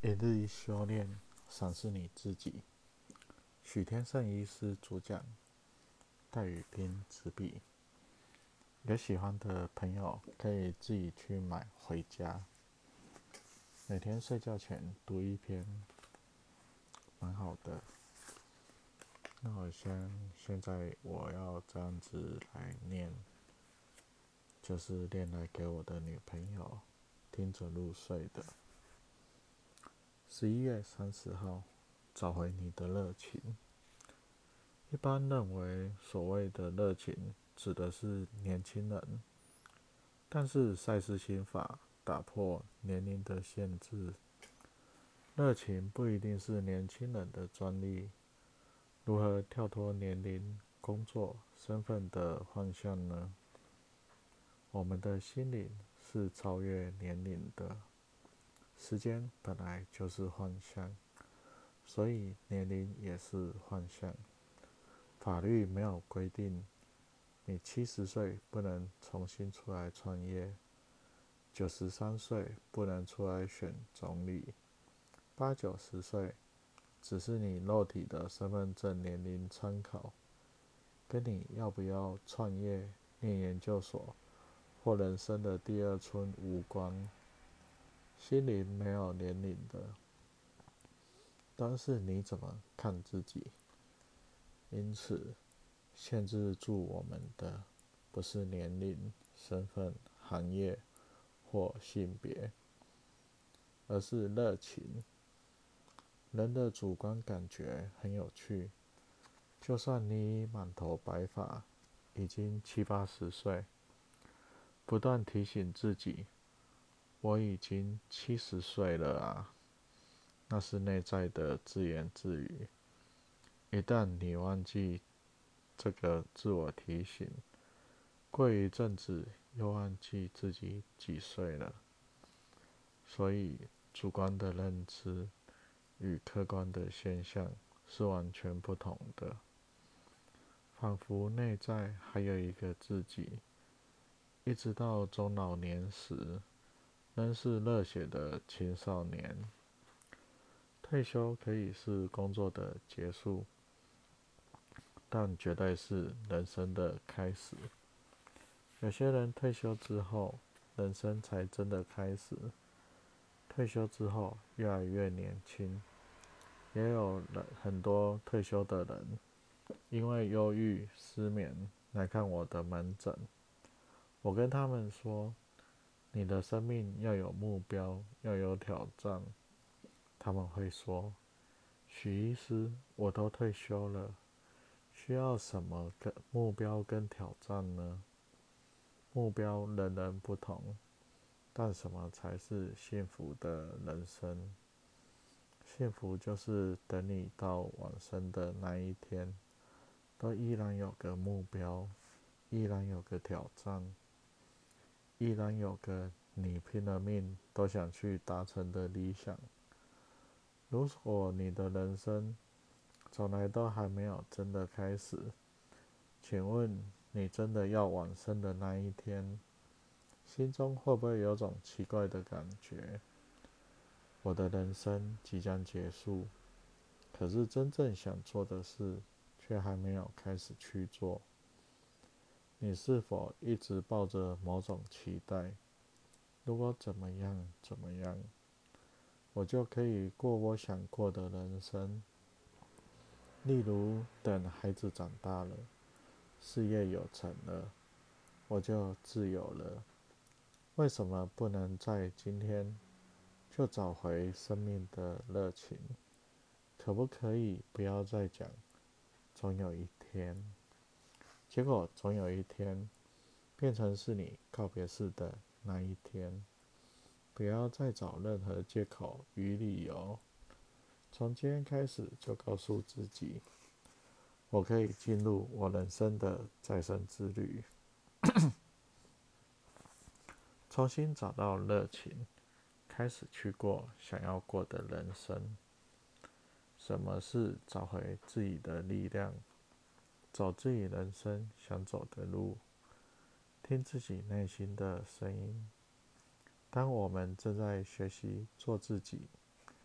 一日一修炼，审视你自己。许天胜医师主讲，戴宇斌执笔。有喜欢的朋友可以自己去买回家，每天睡觉前读一篇，蛮好的。那现在我要这样子来念，就是念来给我的女朋友听着入睡的。11月30号，找回你的热情。一般认为，所谓的热情指的是年轻人，但是赛斯心法打破年龄的限制，热情不一定是年轻人的专利。如何跳脱年龄、工作、身份的幻象呢？我们的心灵是超越年龄的，时间本来就是幻象，所以年龄也是幻象。法律没有规定你70岁不能重新出来创业，93岁不能出来选总理，80、90岁只是你肉体的身份证年龄参考，跟你要不要创业、念研究所或人生的第二春无关。心灵没有年龄的，但是你怎么看自己？因此，限制住我们的不是年龄、身份、行业或性别，而是热情。人的主观感觉很有趣，就算你满头白发，已经70、80岁，不断提醒自己，我已经70岁了啊，那是内在的自言自语。一旦你忘记这个自我提醒，过一阵子又忘记自己几岁了。所以主观的认知与客观的现象是完全不同的，仿佛内在还有一个自己，一直到中老年时仍是热血的青少年。退休可以是工作的结束，但绝对是人生的开始。有些人退休之后，人生才真的开始。退休之后越来越年轻，也有很多退休的人因为忧郁、失眠来看我的门诊。我跟他们说，你的生命要有目标，要有挑战。他们会说，许医师，我都退休了，需要什么目标跟挑战呢？目标人人不同，但什么才是幸福的人生？幸福就是等你到往生的那一天，都依然有个目标，依然有个挑战，依然有个你拼了命都想去达成的理想。如果你的人生从来都还没有真的开始，请问你真的要往生的那一天，心中会不会有种奇怪的感觉？我的人生即将结束，可是真正想做的事却还没有开始去做。你是否一直抱着某种期待？如果怎么样怎么样，我就可以过我想过的人生。例如，等孩子长大了，事业有成了，我就自由了。为什么不能在今天就找回生命的热情？可不可以不要再讲总有一天，结果总有一天变成是你告别式的那一天？不要再找任何借口与理由，从今天开始就告诉自己，我可以进入我人生的再生之旅，重新找到热情，开始去过想要过的人生。什么是找回自己的力量？走自己人生想走的路，听自己内心的声音。当我们正在学习做自己，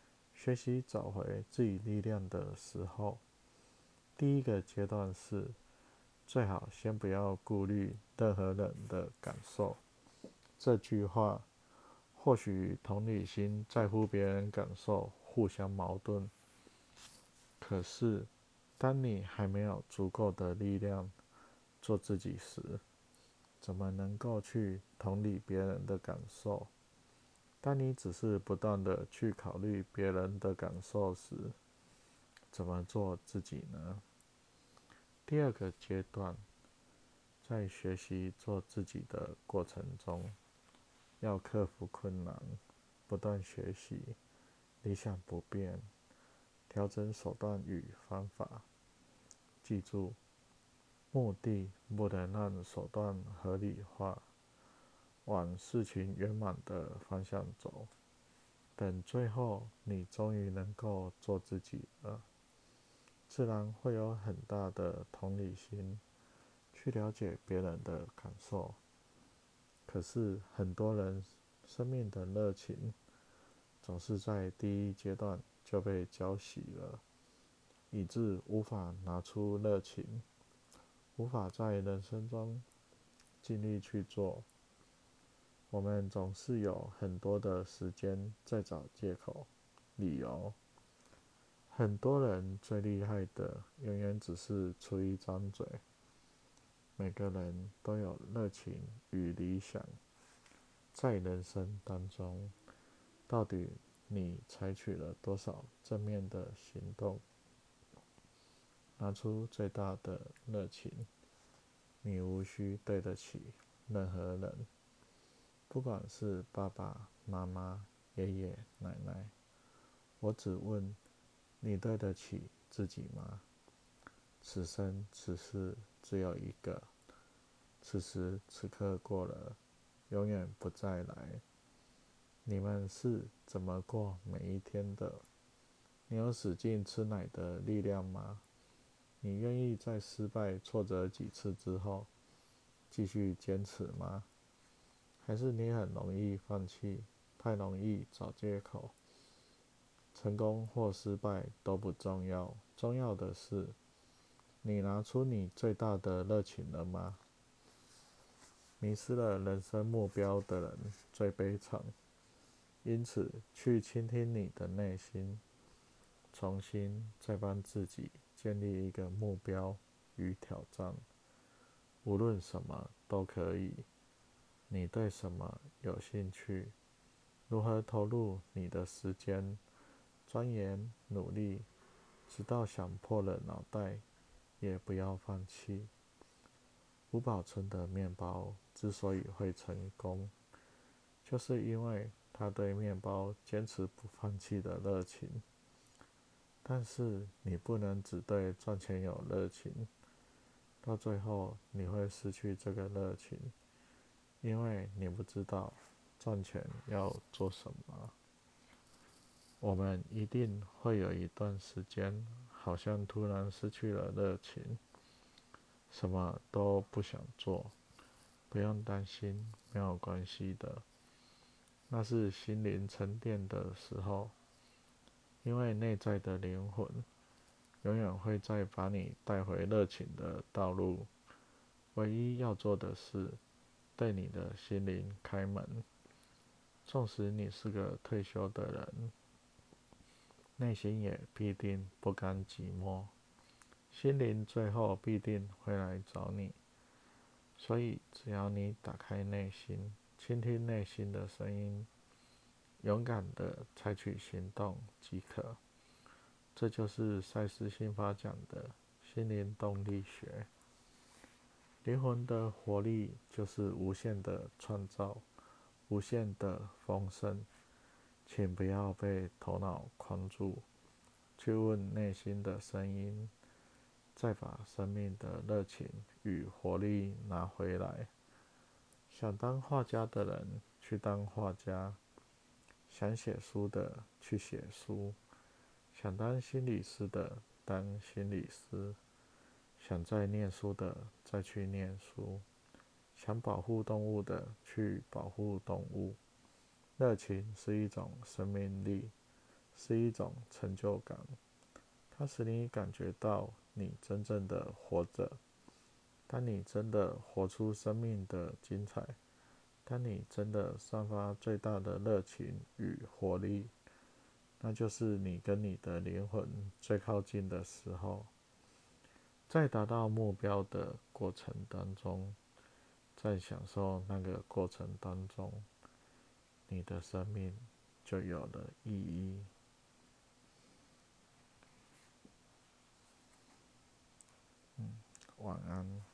学习找回自己力量的时候，第一个阶段是最好先不要顾虑任何人的感受。这句话或许与同理心、在乎别人感受互相矛盾，可是当你还没有足够的力量做自己时，怎么能够去同理别人的感受？当你只是不断的去考虑别人的感受时，怎么做自己呢？第二个阶段，在学习做自己的过程中，要克服困难，不断学习，理想不变，调整手段与方法。记住，目的不能让手段合理化，往事情圆满的方向走。等最后你终于能够做自己了，自然会有很大的同理心，去了解别人的感受。可是很多人生命的热情，总是在第一阶段就被浇熄了，以致无法拿出热情，无法在人生中尽力去做。我们总是有很多的时间在找借口、理由。很多人最厉害的，永远只是出一张嘴。每个人都有热情与理想，在人生当中，到底你采取了多少正面的行动，拿出最大的热情？你无需对得起任何人，不管是爸爸妈妈、爷爷奶奶，我只问你对得起自己吗？此生此世只有一个，此时此刻过了，永远不再来。你们是怎么过每一天的？你有使劲吃奶的力量吗？你愿意在失败挫折几次之后，继续坚持吗？还是你很容易放弃，太容易找借口？成功或失败都不重要，重要的是，你拿出你最大的热情了吗？迷失了人生目标的人最悲惨，因此去倾听你的内心，重新再帮自己建立一个目标与挑战，无论什么都可以。你对什么有兴趣？如何投入你的时间、钻研、努力，直到想破了脑袋，也不要放弃。吴宝春的面包之所以会成功，就是因为他对面包坚持不放弃的热情。但是你不能只对赚钱有热情，到最后你会失去这个热情，因为你不知道赚钱要做什么。我们一定会有一段时间，好像突然失去了热情，什么都不想做。不用担心，没有关系的。那是心灵沉淀的时候，因为内在的灵魂永远会再把你带回热情的道路。唯一要做的是，对你的心灵开门。纵使你是个退休的人，内心也必定不甘寂寞，心灵最后必定会来找你。所以，只要你打开内心，倾听内心的声音，勇敢地采取行动即可。这就是赛斯心法讲的心灵动力学。灵魂的活力就是无限的创造，无限的丰盛。请不要被头脑框住，去问内心的声音，再把生命的热情与活力拿回来。想当画家的人去当画家，想写书的去写书，想当心理师的当心理师，想再念书的再去念书，想保护动物的去保护动物。热情是一种生命力， 是一种成就感，它使你感觉到你真正的活着。当你真的活出生命的精彩，当你真的散发最大的热情与活力，那就是你跟你的灵魂最靠近的时候。在达到目标的过程当中，在享受那个过程当中，你的生命就有了意义。晚安。